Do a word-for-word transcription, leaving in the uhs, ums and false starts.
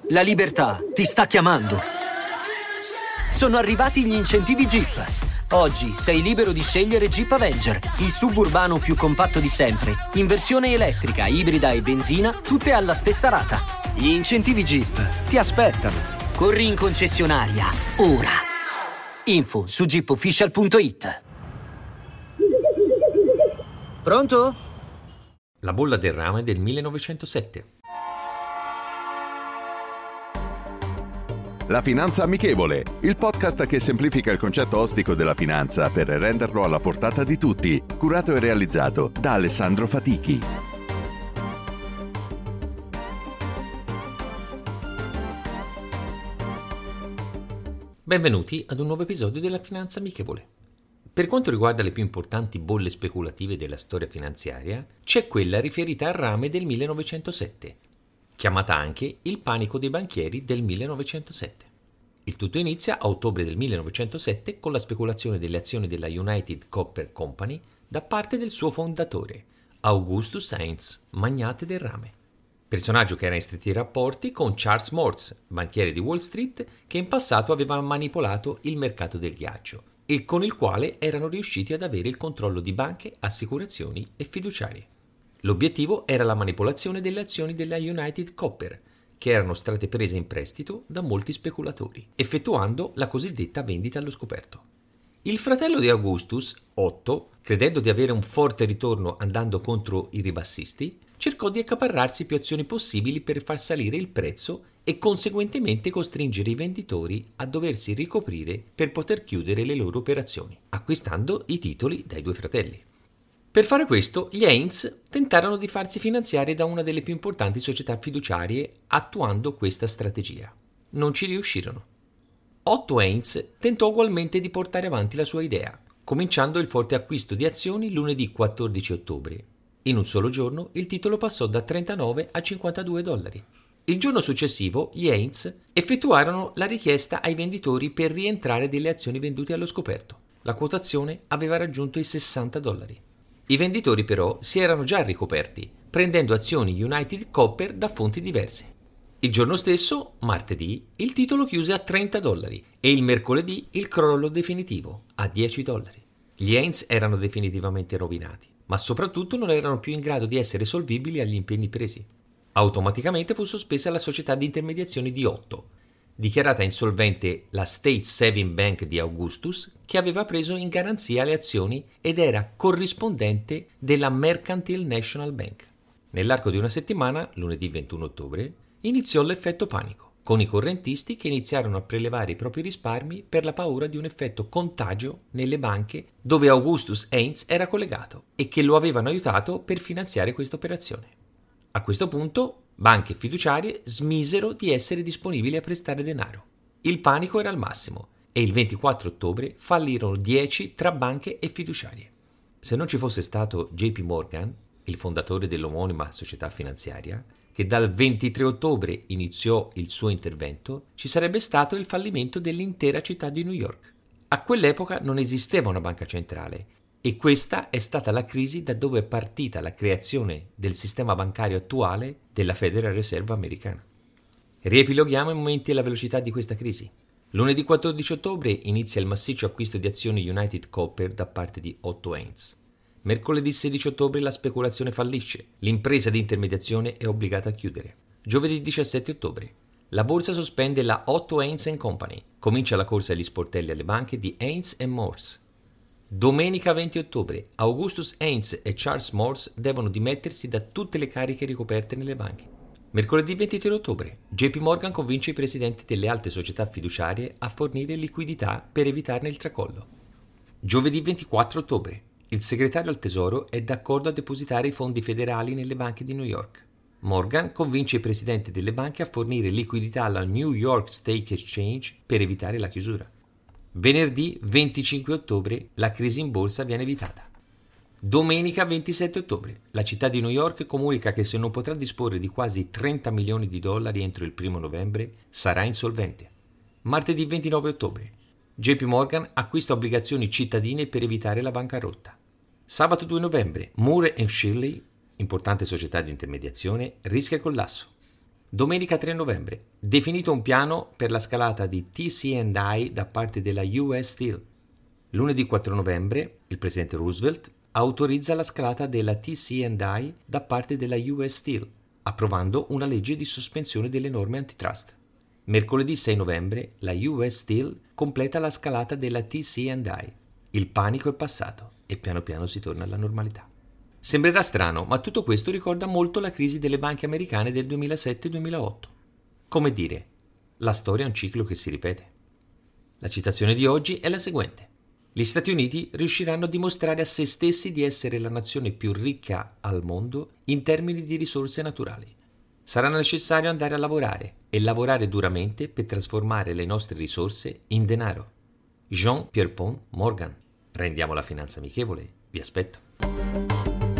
La libertà ti sta chiamando. Sono arrivati gli incentivi Jeep. Oggi sei libero di scegliere Jeep Avenger, il suburbano più compatto di sempre, in versione elettrica, ibrida e benzina, tutte alla stessa rata. Gli incentivi Jeep ti aspettano. Corri in concessionaria, ora. Info su jeep official punto it. Pronto? La bolla del rame del millenovecentosette. La Finanza Amichevole, il podcast che semplifica il concetto ostico della finanza per renderlo alla portata di tutti, curato e realizzato da Alessandro Fatichi. Benvenuti ad un nuovo episodio della Finanza Amichevole. Per quanto riguarda le più importanti bolle speculative della storia finanziaria, c'è quella riferita al rame del millenovecentosette, chiamata anche il panico dei banchieri del millenovecentosette. Il tutto inizia a ottobre del millenovecentosette con la speculazione delle azioni della United Copper Company da parte del suo fondatore, Augustus Heinz, magnate del rame. Personaggio che era in stretti rapporti con Charles Morse, banchiere di Wall Street, che in passato aveva manipolato il mercato del ghiaccio e con il quale erano riusciti ad avere il controllo di banche, assicurazioni e fiduciarie. L'obiettivo era la manipolazione delle azioni della United Copper, che erano state prese in prestito da molti speculatori, effettuando la cosiddetta vendita allo scoperto. Il fratello di Augustus, Otto, credendo di avere un forte ritorno andando contro i ribassisti, cercò di accaparrarsi più azioni possibili per far salire il prezzo e conseguentemente costringere i venditori a doversi ricoprire per poter chiudere le loro operazioni, acquistando i titoli dai due fratelli. Per fare questo, gli Heinz tentarono di farsi finanziare da una delle più importanti società fiduciarie attuando questa strategia. Non ci riuscirono. Otto Heinz tentò ugualmente di portare avanti la sua idea, cominciando il forte acquisto di azioni lunedì quattordici ottobre. In un solo giorno il titolo passò da trentanove a cinquantadue dollari. Il giorno successivo gli Heinz effettuarono la richiesta ai venditori per rientrare delle azioni vendute allo scoperto. La quotazione aveva raggiunto i sessanta dollari. I venditori però si erano già ricoperti, prendendo azioni United Copper da fonti diverse. Il giorno stesso, martedì, il titolo chiuse a trenta dollari e il mercoledì il crollo definitivo, a dieci dollari. Gli Heinz erano definitivamente rovinati, ma soprattutto non erano più in grado di essere solvibili agli impegni presi. Automaticamente fu sospesa la società di intermediazione di Otto, dichiarata insolvente la State Saving Bank di Augustus, che aveva preso in garanzia le azioni ed era corrispondente della Mercantile National Bank. Nell'arco di una settimana, lunedì ventuno ottobre, iniziò l'effetto panico, con i correntisti che iniziarono a prelevare i propri risparmi per la paura di un effetto contagio nelle banche dove Augustus Heinz era collegato e che lo avevano aiutato per finanziare questa operazione. A questo punto, banche e fiduciarie smisero di essere disponibili a prestare denaro. Il panico era al massimo e il ventiquattro ottobre fallirono dieci tra banche e fiduciarie. Se non ci fosse stato J P Morgan, il fondatore dell'omonima società finanziaria, che dal ventitré ottobre iniziò il suo intervento, ci sarebbe stato il fallimento dell'intera città di New York. A quell'epoca non esisteva una banca centrale e questa è stata la crisi da dove è partita la creazione del sistema bancario attuale della Federal Reserve americana. Riepiloghiamo i momenti e la velocità di questa crisi. Lunedì quattordici ottobre inizia il massiccio acquisto di azioni United Copper da parte di Otto Heinz. Mercoledì sedici ottobre la speculazione fallisce, l'impresa di intermediazione è obbligata a chiudere. Giovedì diciassette ottobre la borsa sospende la Otto Heinz and Company, comincia la corsa agli sportelli alle banche di Heinz and Morse. Domenica venti ottobre Augustus Heinz e Charles Morse devono dimettersi da tutte le cariche ricoperte nelle banche. Mercoledì ventitré ottobre J P Morgan convince i presidenti delle alte società fiduciarie a fornire liquidità per evitarne il tracollo. Giovedì ventiquattro ottobre il segretario al Tesoro è d'accordo a depositare i fondi federali nelle banche di New York. Morgan convince i presidenti delle banche a fornire liquidità alla New York Stock Exchange per evitare la chiusura. Venerdì venticinque ottobre la crisi in borsa viene evitata. Domenica ventisette ottobre la città di New York comunica che se non potrà disporre di quasi trenta milioni di dollari entro il primo novembre sarà insolvente. Martedì ventinove ottobre J P Morgan acquista obbligazioni cittadine per evitare la bancarotta. Sabato due novembre Moore and Shirley, importante società di intermediazione, rischia il collasso. Domenica tre novembre. Definito un piano per la scalata di T C and I da parte della U S Steel. Lunedì quattro novembre, il presidente Roosevelt autorizza la scalata della T C and I da parte della U S Steel, approvando una legge di sospensione delle norme antitrust. Mercoledì sei novembre, la U S Steel completa la scalata della T C and I. Il panico è passato e piano piano si torna alla normalità. Sembrerà strano, ma tutto questo ricorda molto la crisi delle banche americane del duemilasette duemilaotto. Come dire, la storia è un ciclo che si ripete. La citazione di oggi è la seguente. Gli Stati Uniti riusciranno a dimostrare a se stessi di essere la nazione più ricca al mondo in termini di risorse naturali. Sarà necessario andare a lavorare e lavorare duramente per trasformare le nostre risorse in denaro. Jean Pierpont Morgan. Rendiamo la finanza amichevole. Vi aspetto.